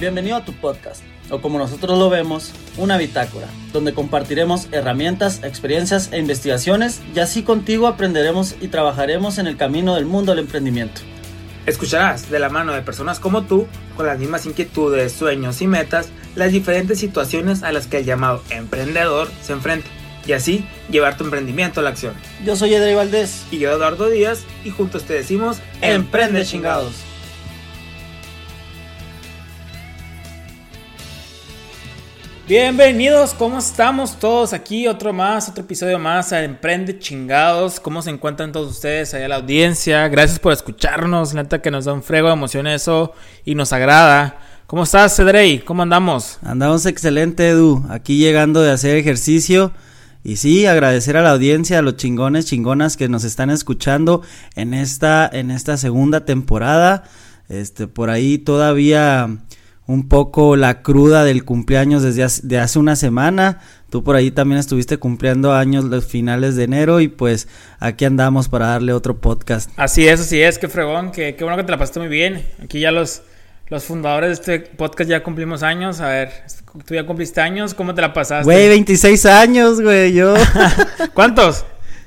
Bienvenido a tu podcast, o como nosotros lo vemos, una bitácora, donde compartiremos herramientas, experiencias e investigaciones y así contigo aprenderemos y trabajaremos en el camino del mundo del emprendimiento. Escucharás de la mano de personas como tú, con las mismas inquietudes, sueños y metas, las diferentes situaciones a las que el llamado emprendedor se enfrenta, y así llevar tu emprendimiento a la acción. Yo soy Edrey Valdés. Y yo Eduardo Díaz, y juntos te decimos, ¡Emprende chingados! Bienvenidos, ¿cómo estamos todos? Aquí otro episodio más a Emprende Chingados. ¿Cómo se encuentran todos ustedes allá en la audiencia? Gracias por escucharnos, neta que nos da un frego de emoción eso y nos agrada. ¿Cómo estás, Edrey? ¿Cómo andamos? Andamos excelente, Edu, aquí llegando de hacer ejercicio. Y sí, agradecer a la audiencia, a los chingonas que nos están escuchando en esta segunda temporada. Por ahí todavía un poco la cruda del cumpleaños de hace una semana. Tú por ahí también estuviste cumpliendo años los finales de enero y pues aquí andamos para darle otro podcast. Así es, qué fregón, qué bueno que te la pasaste muy bien. Aquí ya los fundadores de este podcast ya cumplimos años. A ver, tú ya cumpliste años, ¿cómo te la pasaste? Güey, 26 años, güey, yo. ¿Cuántos?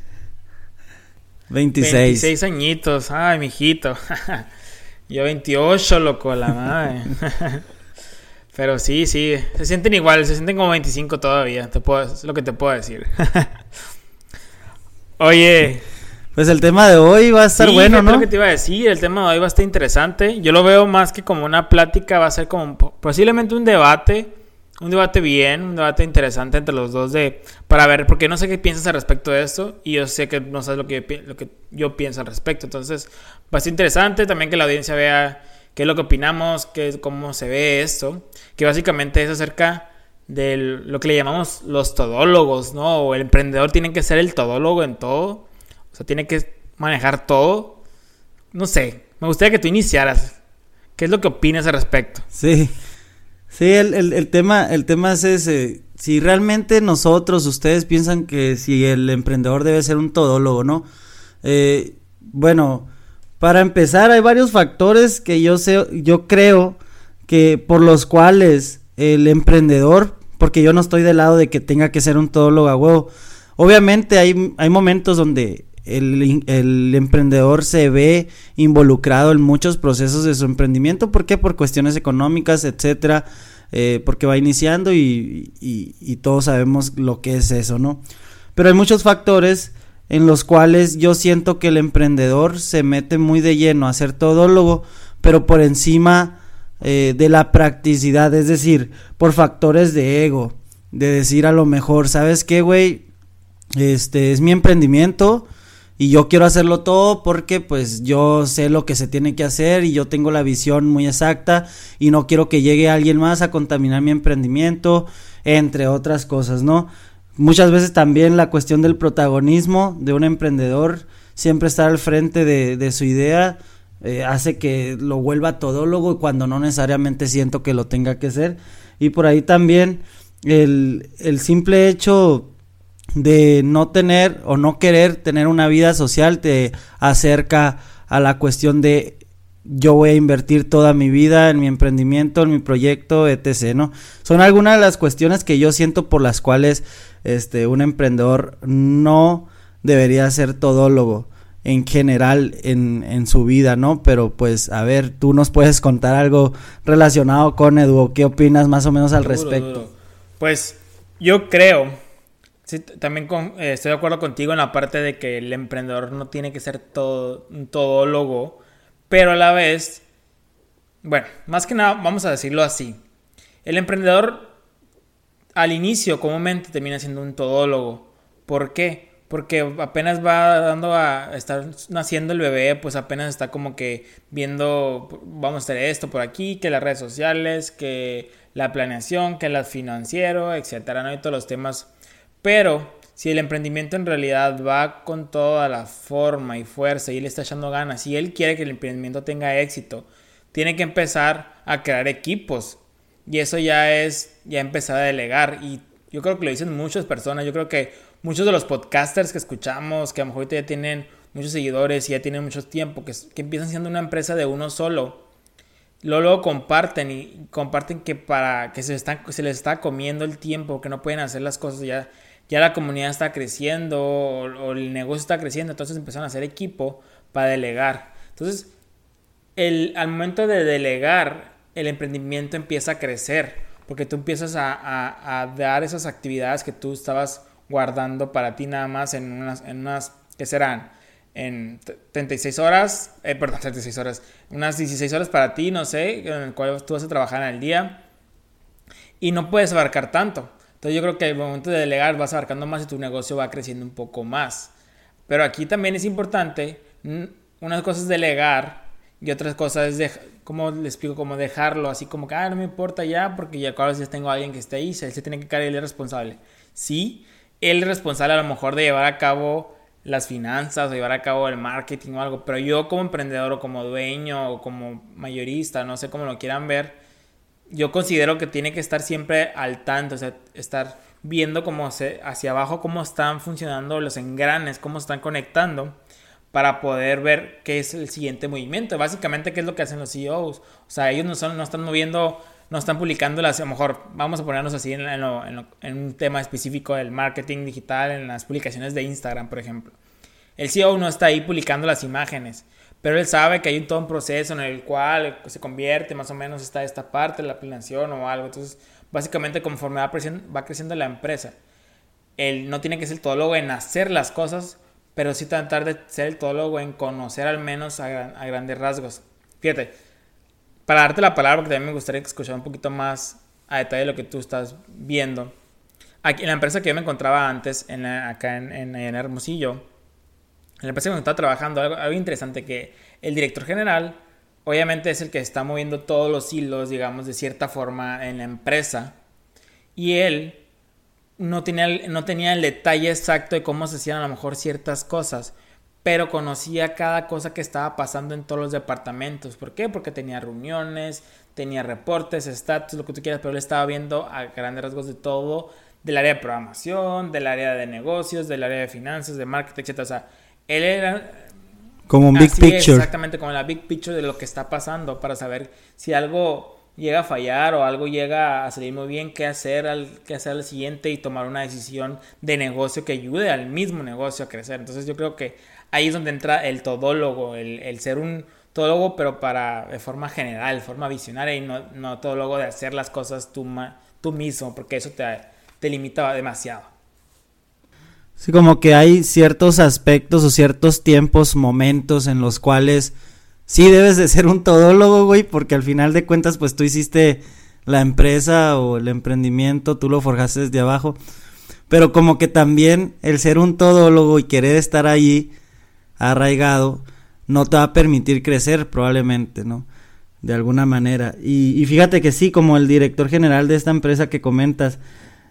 26. 26 añitos, ay, mijito. Yo 28, loco, la madre. Pero sí, se sienten igual, se sienten como 25 todavía, es lo que te puedo decir. Oye, pues el tema de hoy va a estar bueno, ¿no? Lo que te iba a decir, el tema de hoy va a estar interesante. Yo lo veo más que como una plática, va a ser como posiblemente un debate interesante entre los dos para ver, porque no sé qué piensas al respecto de esto y yo sé que no sabes lo que yo pienso al respecto. Entonces va a ser interesante también que la audiencia vea qué es lo que opinamos, cómo se ve esto, que básicamente es acerca de lo que le llamamos los todólogos, ¿no? O el emprendedor tiene que ser el todólogo en todo, o sea, tiene que manejar todo. No sé, me gustaría que tú iniciaras. ¿Qué es lo que opinas al respecto? Sí, el tema es ese. Si realmente ustedes piensan que si el emprendedor debe ser un todólogo, ¿no? Bueno, para empezar hay varios factores que yo creo que por los cuales el emprendedor, porque yo no estoy del lado de que tenga que ser un todólogo a huevo. Obviamente hay momentos donde el emprendedor se ve involucrado en muchos procesos de su emprendimiento. ¿Por qué? Por cuestiones económicas, etcétera, porque va iniciando y todos sabemos lo que es eso, ¿no? Pero hay muchos factores en los cuales yo siento que el emprendedor se mete muy de lleno a ser todólogo, pero por encima de la practicidad, es decir, por factores de ego, de decir a lo mejor, ¿sabes qué, güey? Es mi emprendimiento y yo quiero hacerlo todo porque pues yo sé lo que se tiene que hacer y yo tengo la visión muy exacta y no quiero que llegue alguien más a contaminar mi emprendimiento, entre otras cosas, ¿no? Muchas veces también la cuestión del protagonismo de un emprendedor, siempre estar al frente de su idea, hace que lo vuelva todólogo cuando no necesariamente siento que lo tenga que ser. Y por ahí también el simple hecho de no tener o no querer tener una vida social te acerca a la cuestión de yo voy a invertir toda mi vida en mi emprendimiento, en mi proyecto, etc., ¿no? Son algunas de las cuestiones que yo siento por las cuales un emprendedor no debería ser todólogo en general en su vida, ¿no? Pero pues a ver, tú nos puedes contar algo relacionado con Edu, ¿qué opinas más o menos al respecto? Pues yo creo, sí, también estoy de acuerdo contigo en la parte de que el emprendedor no tiene que ser un todólogo, pero a la vez, bueno, más que nada vamos a decirlo así, el emprendedor al inicio comúnmente termina siendo un todólogo. ¿Por qué? Porque apenas está naciendo el bebé, pues apenas está como que viendo, vamos a hacer esto por aquí, que las redes sociales, que la planeación, que el financiero, etcétera, ¿no? Y todos los temas. Pero si el emprendimiento en realidad va con toda la forma y fuerza y él está echando ganas, y él quiere que el emprendimiento tenga éxito, tiene que empezar a crear equipos. Y eso ya empezar a delegar. Y yo creo que lo dicen muchas personas. Yo creo que muchos de los podcasters que escuchamos, que a lo mejor ahorita ya tienen muchos seguidores y ya tienen mucho tiempo, que empiezan siendo una empresa de uno solo, luego comparten que para que se les está comiendo el tiempo, que no pueden hacer las cosas, ya la comunidad está creciendo o el negocio está creciendo, entonces empezaron a hacer equipo para delegar. Entonces, al momento de delegar, el emprendimiento empieza a crecer, porque tú empiezas a dar esas actividades que tú estabas guardando para ti nada más en unas ¿qué serán? En 36 horas, 36 horas, unas 16 horas para ti, no sé, en el cual tú vas a trabajar en el día y no puedes abarcar tanto. Entonces yo creo que al momento de delegar vas abarcando más y tu negocio va creciendo un poco más. Pero aquí también es importante, unas cosas es delegar y otras cosas es, ¿cómo le explico? Como dejarlo así como que, no me importa ya porque ya cada vez tengo a alguien que esté ahí, se tiene que caer, él es responsable. Sí, él es responsable a lo mejor de llevar a cabo las finanzas o llevar a cabo el marketing o algo, pero yo como emprendedor o como dueño o como mayorista, no sé cómo lo quieran ver, yo considero que tiene que estar siempre al tanto, o sea, estar viendo hacia abajo cómo están funcionando los engranes, cómo están conectando para poder ver qué es el siguiente movimiento. Básicamente, qué es lo que hacen los CEOs. O sea, ellos no están moviendo, no están publicando a lo mejor, vamos a ponernos así en un tema específico del marketing digital, en las publicaciones de Instagram, por ejemplo. El CEO no está ahí publicando las imágenes, pero él sabe que hay todo un proceso en el cual se convierte, más o menos está esta parte, la planeación o algo. Entonces, básicamente, conforme va creciendo la empresa, él no tiene que ser el todólogo en hacer las cosas, pero sí tratar de ser el todólogo en conocer al menos a grandes rasgos. Fíjate, para darte la palabra, porque también me gustaría escuchar un poquito más a detalle lo que tú estás viendo. Aquí, en la empresa que yo me encontraba antes, acá en Hermosillo, en la empresa que estaba trabajando, algo interesante, que el director general obviamente es el que está moviendo todos los hilos, digamos, de cierta forma en la empresa, y él no tenía el detalle exacto de cómo se hacían a lo mejor ciertas cosas, pero conocía cada cosa que estaba pasando en todos los departamentos. ¿Por qué? Porque tenía reuniones, tenía reportes, estatus, lo que tú quieras, pero él estaba viendo a grandes rasgos de todo, del área de programación, del área de negocios, del área de finanzas, de marketing, etc. O sea, él era como un big picture. Exactamente, como la big picture de lo que está pasando, para saber si algo llega a fallar o algo llega a salir muy bien, qué hacer al siguiente y tomar una decisión de negocio que ayude al mismo negocio a crecer. Entonces yo creo que ahí es donde entra el todólogo, el ser un todólogo, pero de forma general, de forma visionaria, y no todólogo de hacer las cosas tú mismo, porque eso te limita demasiado. Sí, como que hay ciertos aspectos o ciertos tiempos, momentos en los cuales sí debes de ser un todólogo, güey, porque al final de cuentas, pues tú hiciste la empresa o el emprendimiento, tú lo forjaste desde abajo, pero como que también el ser un todólogo y querer estar ahí arraigado no te va a permitir crecer probablemente, ¿no? De alguna manera. Y fíjate que sí, como el director general de esta empresa que comentas,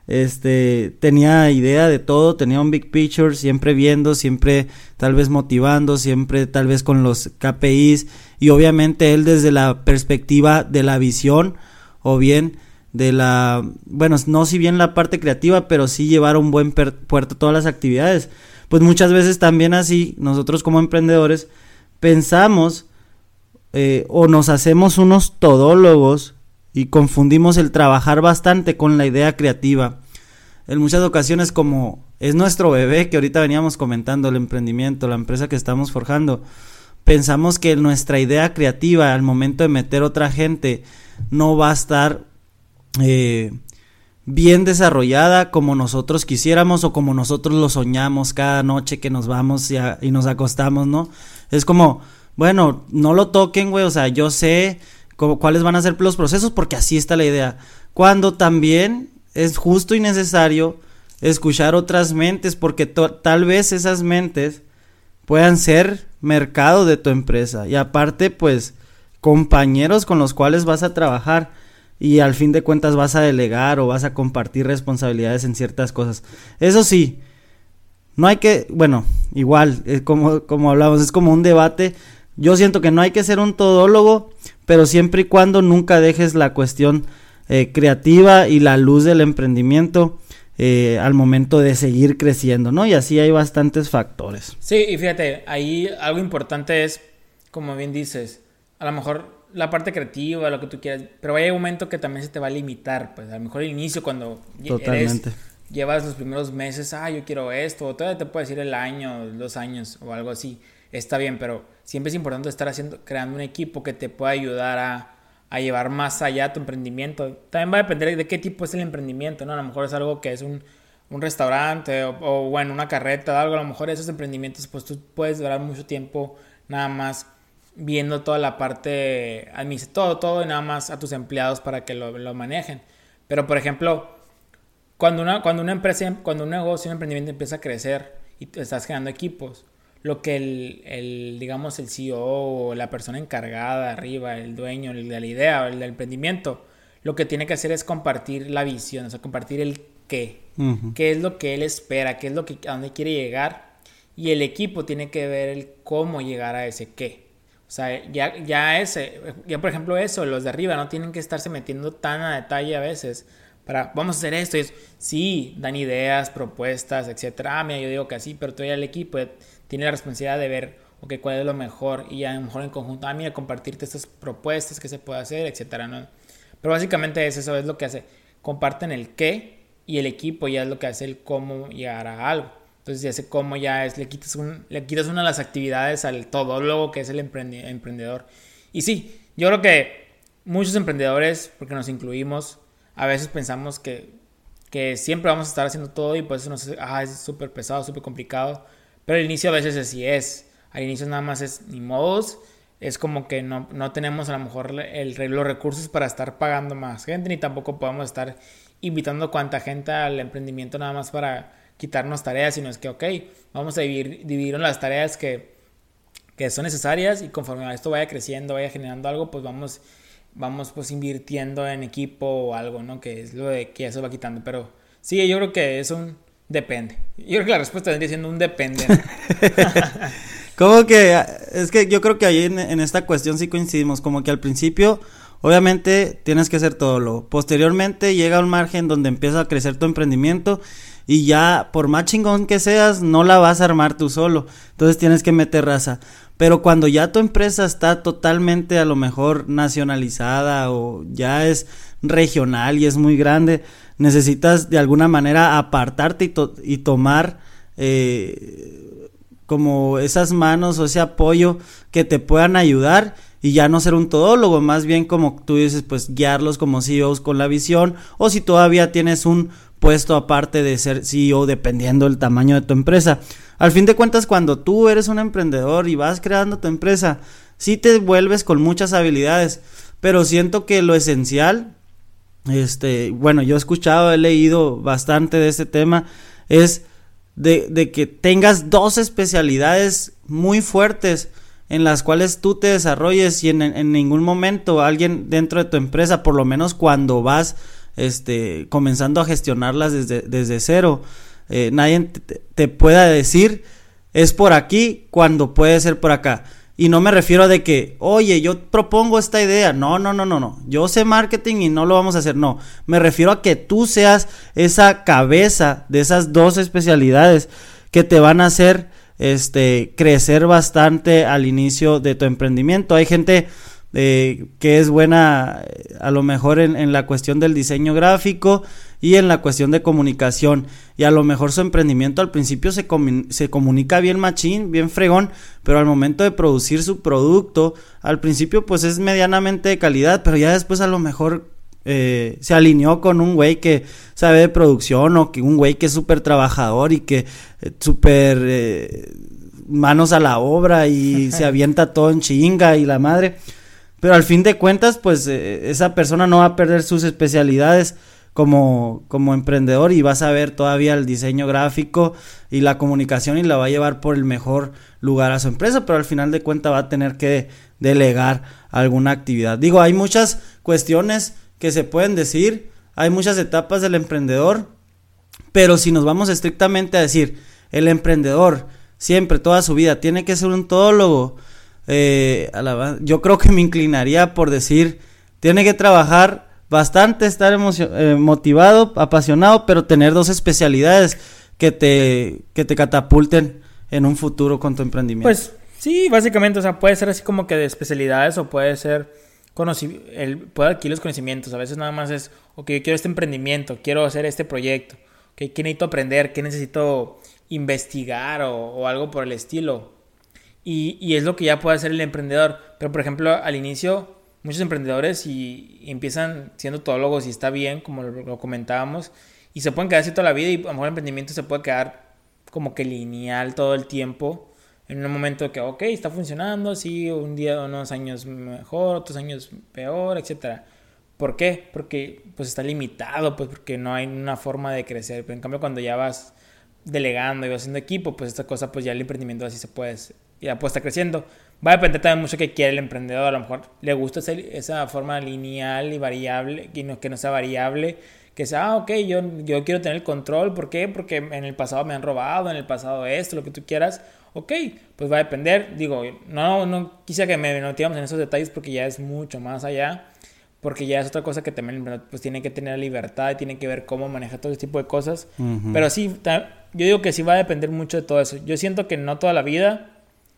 tenía idea de todo, tenía un big picture, siempre viendo, siempre tal vez motivando, siempre tal vez con los KPIs, y obviamente él desde la perspectiva de la visión, o bien de no si bien la parte creativa, pero sí llevar a un buen puerto todas las actividades. Pues muchas veces también así, nosotros como emprendedores pensamos o nos hacemos unos todólogos y confundimos el trabajar bastante con la idea creativa. En muchas ocasiones, como es nuestro bebé, que ahorita veníamos comentando, el emprendimiento, la empresa que estamos forjando, pensamos que nuestra idea creativa al momento de meter otra gente no va a estar bien desarrollada como nosotros quisiéramos o como nosotros lo soñamos cada noche que nos vamos y nos acostamos, ¿no? Es como, bueno, no lo toquen, güey, o sea, yo sé cuáles van a ser los procesos porque así está la idea. Cuando también es justo y necesario escuchar otras mentes, porque tal vez esas mentes puedan ser mercado de tu empresa y aparte pues compañeros con los cuales vas a trabajar y al fin de cuentas vas a delegar o vas a compartir responsabilidades en ciertas cosas. Eso sí, no hay que, bueno, igual, como hablamos, es como un debate. Yo siento que no hay que ser un todólogo, pero siempre y cuando nunca dejes la cuestión creativa y la luz del emprendimiento al momento de seguir creciendo, ¿no? Y así hay bastantes factores. Sí, y fíjate, ahí algo importante es, como bien dices, a lo mejor la parte creativa, lo que tú quieras, pero hay un momento que también se te va a limitar, pues a lo mejor al inicio cuando llevas los primeros meses, yo quiero esto, o todavía te puedes decir el año, 2 años o algo así, está bien, pero siempre es importante estar creando un equipo que te pueda ayudar a llevar más allá tu emprendimiento. También va a depender de qué tipo es el emprendimiento, ¿no? A lo mejor es algo que es un restaurante o bueno, una carreta o algo, a lo mejor esos emprendimientos pues tú puedes durar mucho tiempo nada más viendo toda la parte, todo y nada más a tus empleados para que lo manejen. Pero por ejemplo, cuando una empresa, cuando un negocio, un emprendimiento empieza a crecer y estás generando equipos, lo que digamos el CEO o la persona encargada arriba, el dueño el de la idea o el del emprendimiento, lo que tiene que hacer es compartir la visión, o sea, compartir el qué, qué es lo que él espera, qué es lo que a dónde quiere llegar, y el equipo tiene que ver el cómo llegar a ese qué. O sea, ya por ejemplo eso, los de arriba no tienen que estarse metiendo tan a detalle a veces vamos a hacer esto. Sí, dan ideas, propuestas, etcétera. Mira, yo digo que así, pero todavía el equipo tiene la responsabilidad de ver, cuál es lo mejor, y a lo mejor en conjunto, mira, compartirte estas propuestas que se puede hacer, etcétera, ¿no? Pero básicamente eso es lo que hace. Comparten el qué y el equipo ya es lo que hace el cómo llegar a algo. Entonces, si ese cómo ya es, le quitas una de las actividades al todólogo que es el emprendedor. Y sí, yo creo que muchos emprendedores, porque nos incluimos, a veces pensamos que siempre vamos a estar haciendo todo y pues es súper pesado, súper complicado. Pero al inicio a veces así es. Al inicio nada más es ni modos. Es como que no tenemos a lo mejor los recursos para estar pagando más gente, ni tampoco podemos estar invitando cuanta gente al emprendimiento nada más para quitarnos tareas, sino es que vamos a dividir las tareas que son necesarias, y conforme esto vaya creciendo, vaya generando algo, pues vamos pues invirtiendo en equipo o algo, ¿no? Que es lo de que ya se va quitando. Pero sí, yo creo que es un depende. Yo creo que la respuesta vendría siendo un depende, ¿no? Como que es que yo creo que ahí en esta cuestión sí coincidimos, como que al principio obviamente tienes que hacer todo posteriormente llega un margen donde empieza a crecer tu emprendimiento y ya por más chingón que seas no la vas a armar tú solo, entonces tienes que meter raza. Pero cuando ya tu empresa está totalmente a lo mejor nacionalizada o ya es regional y es muy grande, necesitas de alguna manera apartarte y tomar como esas manos o ese apoyo que te puedan ayudar y ya no ser un todólogo, más bien como tú dices, pues guiarlos como CEOs con la visión, o si todavía tienes un puesto aparte de ser CEO dependiendo del tamaño de tu empresa. Al fin de cuentas, cuando tú eres un emprendedor y vas creando tu empresa, sí te vuelves con muchas habilidades, pero siento que lo esencial, bueno, yo he escuchado, he leído bastante de este tema, es de que tengas 2 especialidades muy fuertes en las cuales tú te desarrolles y en ningún momento alguien dentro de tu empresa, por lo menos cuando vas comenzando a gestionarlas desde cero, nadie te pueda decir es por aquí cuando puede ser por acá. Y no me refiero a de que, oye, yo propongo esta idea. No. Yo sé marketing y no lo vamos a hacer. No. Me refiero a que tú seas esa cabeza de esas 2 especialidades que te van a hacer crecer bastante al inicio de tu emprendimiento. Hay gente que es buena a lo mejor en la cuestión del diseño gráfico y en la cuestión de comunicación, y a lo mejor su emprendimiento al principio se comunica bien machín, bien fregón, pero al momento de producir su producto al principio pues es medianamente de calidad, pero ya después a lo mejor se alineó con un güey que sabe de producción, o que un güey que es súper trabajador y que súper manos a la obra y se avienta todo en chinga y la madre. Pero al fin de cuentas, pues esa persona no va a perder sus especialidades como emprendedor y va a saber todavía el diseño gráfico y la comunicación y la va a llevar por el mejor lugar a su empresa, pero al final de cuentas va a tener que delegar alguna actividad. Digo, hay muchas cuestiones que se pueden decir, hay muchas etapas del emprendedor, pero si nos vamos estrictamente a decir, el emprendedor siempre, toda su vida, tiene que ser un todólogo, yo creo que me inclinaría por decir, tiene que trabajar bastante, estar motivado, apasionado, pero tener 2 especialidades que te catapulten en un futuro con tu emprendimiento. Pues sí, básicamente, o sea, puede ser así como que de especialidades, o puede ser pueda adquirir los conocimientos. A veces nada más es, ok, yo quiero este emprendimiento, quiero hacer este proyecto, okay, ¿qué necesito aprender? ¿Qué necesito investigar o algo por el estilo? Y es lo que ya puede hacer el emprendedor. Pero, por ejemplo, al inicio, muchos emprendedores y empiezan siendo todólogos y está bien, como lo comentábamos, y se pueden quedar así toda la vida y a lo mejor el emprendimiento se puede quedar como que lineal todo el tiempo. En un momento que, ok, está funcionando, sí, un día, unos años mejor, otros años peor, etcétera. ¿Por qué? Porque pues está limitado, pues porque no hay una forma de crecer. Pero en cambio, cuando ya vas delegando y vas haciendo equipo, pues esta cosa, pues ya el emprendimiento así ya puede estar creciendo. Va a depender también mucho de qué quiere el emprendedor. A lo mejor le gusta esa forma lineal y variable, que no sea variable, que sea, ok, yo quiero tener el control. ¿Por qué? Porque en el pasado me han robado, en el pasado esto, lo que tú quieras. Ok, pues va a depender. Digo, no quisiera que me metiéramos en esos detalles porque ya es mucho más allá. Porque ya es otra cosa que también pues tiene que tener libertad y tiene que ver cómo maneja todo ese tipo de cosas. Uh-huh. Pero sí, yo digo que sí va a depender mucho de todo eso. Yo siento que no toda la vida.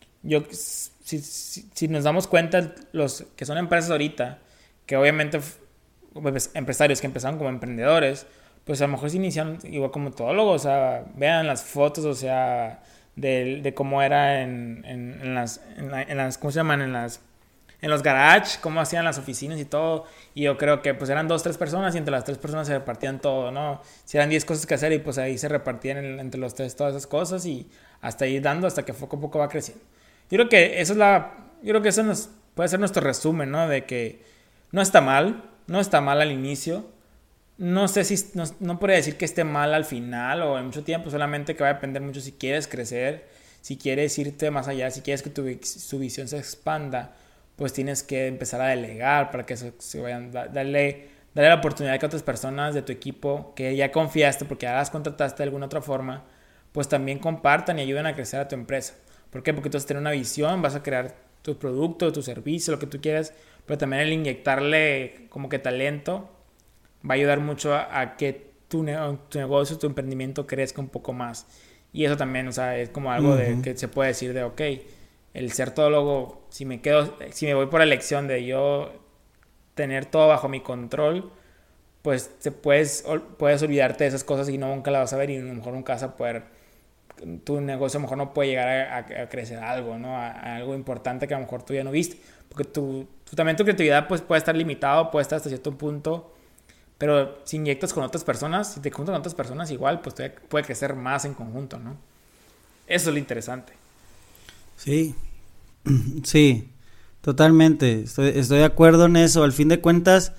Si nos damos cuenta, los que son empresas ahorita, que obviamente pues, empresarios que empezaron como emprendedores, pues a lo mejor se iniciaron igual como todólogos. O sea, vean las fotos, o sea, de cómo era en las ¿cómo se llaman? En los garages, cómo hacían las oficinas y todo. Y yo creo que pues eran 2-3 personas y entre las 3 personas se repartían todo, ¿no? Si eran 10 cosas que hacer y pues ahí se repartían entre los 3 todas esas cosas y hasta ir dando hasta que poco a poco va creciendo. Yo creo que eso puede ser nuestro resumen, ¿no? De que no está mal al inicio. No sé si, no podría decir que esté mal al final o en mucho tiempo, solamente que va a depender mucho si quieres crecer, si quieres irte más allá, si quieres que tu visión se expanda, pues tienes que empezar a delegar para que eso se vayan, darle la oportunidad que otras personas de tu equipo que ya confiaste porque ya las contrataste de alguna otra forma, pues también compartan y ayuden a crecer a tu empresa. ¿Por qué? Porque tú vas a tener una visión, vas a crear tu producto, tu servicio, lo que tú quieras, pero también el inyectarle como que talento va a ayudar mucho a que tu negocio, tu emprendimiento crezca un poco más. Y eso también, o sea, es como algo de que se puede decir de, ok, el ser todólogo, si me voy por la elección de yo tener todo bajo mi control, pues puedes olvidarte de esas cosas y nunca las vas a ver y a lo mejor nunca vas a poder, tu negocio a lo mejor no puede llegar a crecer algo, ¿no? A algo importante que a lo mejor tú ya no viste, porque también tu creatividad pues puede estar limitado, puede estar hasta cierto punto, pero si inyectas con otras personas, si te juntas con otras personas igual, pues puede crecer más en conjunto, ¿no? Eso es lo interesante. Sí, sí, totalmente, estoy de acuerdo en eso. Al fin de cuentas,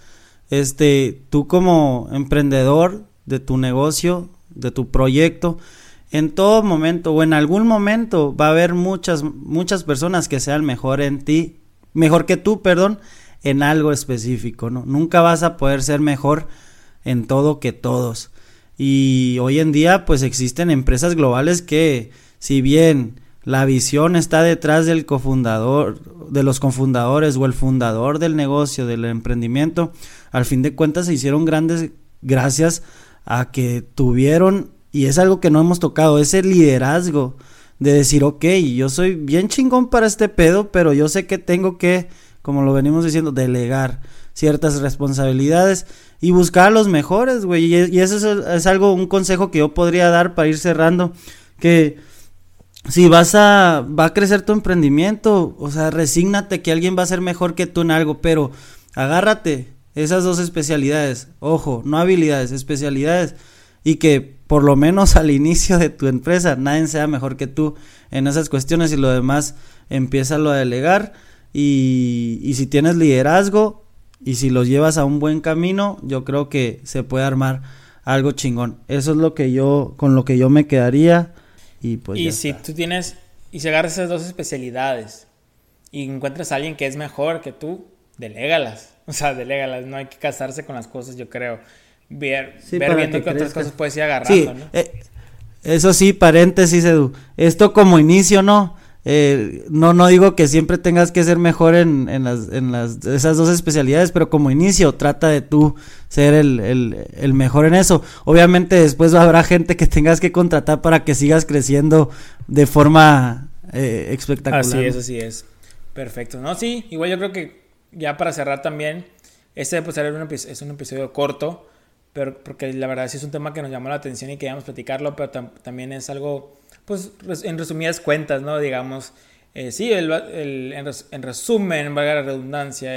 tú como emprendedor de tu negocio, de tu proyecto, en todo momento o en algún momento va a haber muchas personas que sean mejor que tú, en algo específico, ¿no? Nunca vas a poder ser mejor en todo que todos. Y hoy en día, pues existen empresas globales que, si bien la visión está detrás del cofundador, de los cofundadores o el fundador del negocio, del emprendimiento, al fin de cuentas se hicieron grandes gracias a que tuvieron, y es algo que no hemos tocado, ese liderazgo de decir, ok, yo soy bien chingón para este pedo, pero yo sé que tengo que, como lo venimos diciendo, delegar ciertas responsabilidades y buscar a los mejores, güey, y eso es algo, un consejo que yo podría dar para ir cerrando, que si va a crecer tu emprendimiento, o sea, resígnate que alguien va a ser mejor que tú en algo, pero agárrate esas 2 especialidades, ojo, no habilidades, especialidades, y que por lo menos al inicio de tu empresa nadie sea mejor que tú en esas cuestiones y lo demás empiézalo a delegar y si tienes liderazgo y si los llevas a un buen camino, yo creo que se puede armar algo chingón. Eso es con lo que yo me quedaría y pues y si está. Tú tienes, y si agarras esas 2 especialidades y encuentras a alguien que es mejor que tú, delégalas, no hay que casarse con las cosas, yo creo. Ver viendo que otras cosas puedes ir agarrando, sí, ¿no? Eso sí, paréntesis, Edu. Esto como inicio, ¿no? No digo que siempre tengas que ser mejor en esas 2 especialidades, pero como inicio trata de tú ser el mejor en eso. Obviamente después habrá gente que tengas que contratar para que sigas creciendo de forma espectacular. Así es. Perfecto. No, sí, igual yo creo que ya para cerrar también, pues es un episodio corto, pero porque la verdad sí es un tema que nos llamó la atención y queríamos platicarlo, pero también es algo, pues en resumidas cuentas, ¿no? Digamos, sí, en resumen, valga la redundancia,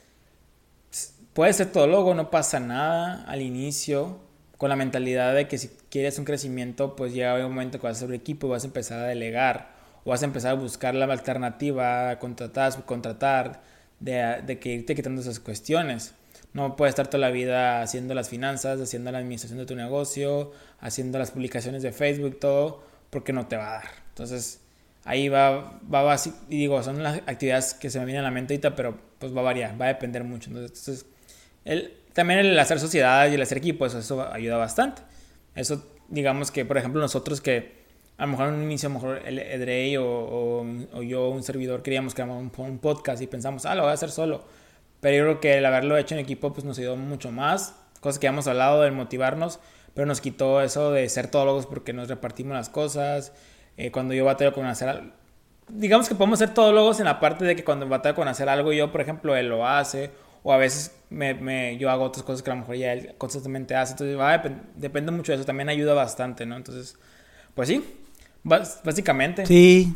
puede ser todólogo, no pasa nada al inicio, con la mentalidad de que si quieres un crecimiento, pues llega un momento que vas a ser equipo y vas a empezar a delegar, o vas a empezar a buscar la alternativa, contratar, subcontratar, de que irte quitando esas cuestiones. No puedes estar toda la vida haciendo las finanzas, haciendo la administración de tu negocio, haciendo las publicaciones de Facebook, todo, porque no te va a dar. Entonces, ahí va y digo, son las actividades que se me vienen a la mente ahorita, pero pues va a variar, va a depender mucho. Entonces también el hacer sociedad y el hacer equipo, eso ayuda bastante. Eso, digamos que, por ejemplo, nosotros que a lo mejor en un inicio, a lo mejor el Edrey o yo, un servidor, queríamos crear un podcast y pensamos, lo voy a hacer solo. Pero yo creo que el haberlo hecho en equipo pues nos ayudó mucho más. Cosas que hemos hablado del motivarnos, pero nos quitó eso de ser todólogos porque nos repartimos las cosas. Cuando yo batallo con hacer algo, digamos que podemos ser todólogos en la parte de que cuando batallo con hacer algo yo, por ejemplo, él lo hace, o a veces yo hago otras cosas que a lo mejor ya él constantemente hace. Entonces depende mucho de eso, también ayuda bastante, ¿no? Entonces, pues sí, básicamente. Sí,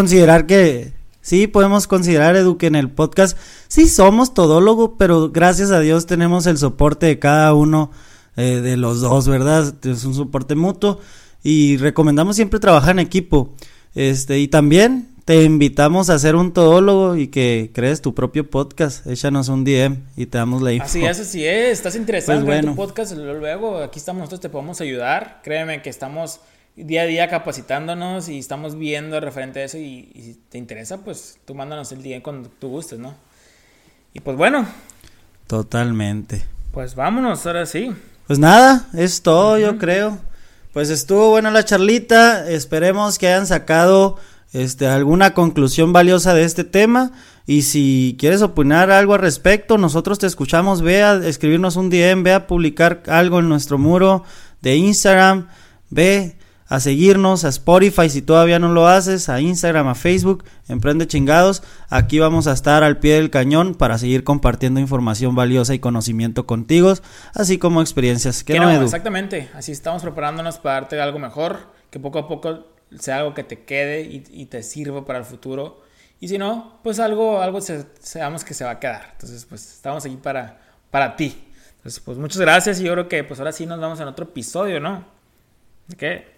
podemos considerar, Edu, que en el podcast sí somos todólogo, pero gracias a Dios tenemos el soporte de cada uno de los dos, ¿verdad? Es un soporte mutuo y recomendamos siempre trabajar en equipo. Y también te invitamos a ser un todólogo y que crees tu propio podcast. Échanos un DM y te damos la info. Así es. Estás interesado pues en tu podcast, luego aquí estamos, nosotros te podemos ayudar. Créeme que estamos día a día capacitándonos y estamos viendo referente a eso y si te interesa, pues tú mándanos el DM cuando tú gustes, ¿no? Y pues bueno. Totalmente. Pues vámonos, ahora sí. Pues nada, es todo, yo creo. Pues estuvo buena la charlita, esperemos que hayan sacado alguna conclusión valiosa de este tema y si quieres opinar algo al respecto, nosotros te escuchamos, ve a escribirnos un DM, ve a publicar algo en nuestro muro de Instagram, ve a seguirnos a Spotify si todavía no lo haces, a Instagram, a Facebook, Emprende Chingados. Aquí vamos a estar al pie del cañón para seguir compartiendo información valiosa y conocimiento contigo, así como experiencias. ¿Qué no, Edu? Exactamente, así estamos preparándonos para darte algo mejor, que poco a poco sea algo que te quede y te sirva para el futuro. Y si no, pues algo sabemos que se va a quedar. Entonces, pues estamos aquí para ti. Entonces, pues muchas gracias y yo creo que pues ahora sí nos vemos en otro episodio, ¿no? ¿De qué?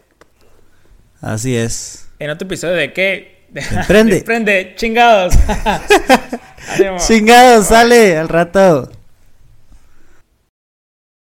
Así es. ¿En otro episodio de qué? Emprende. Emprende, chingados. Chingados, sale al rato.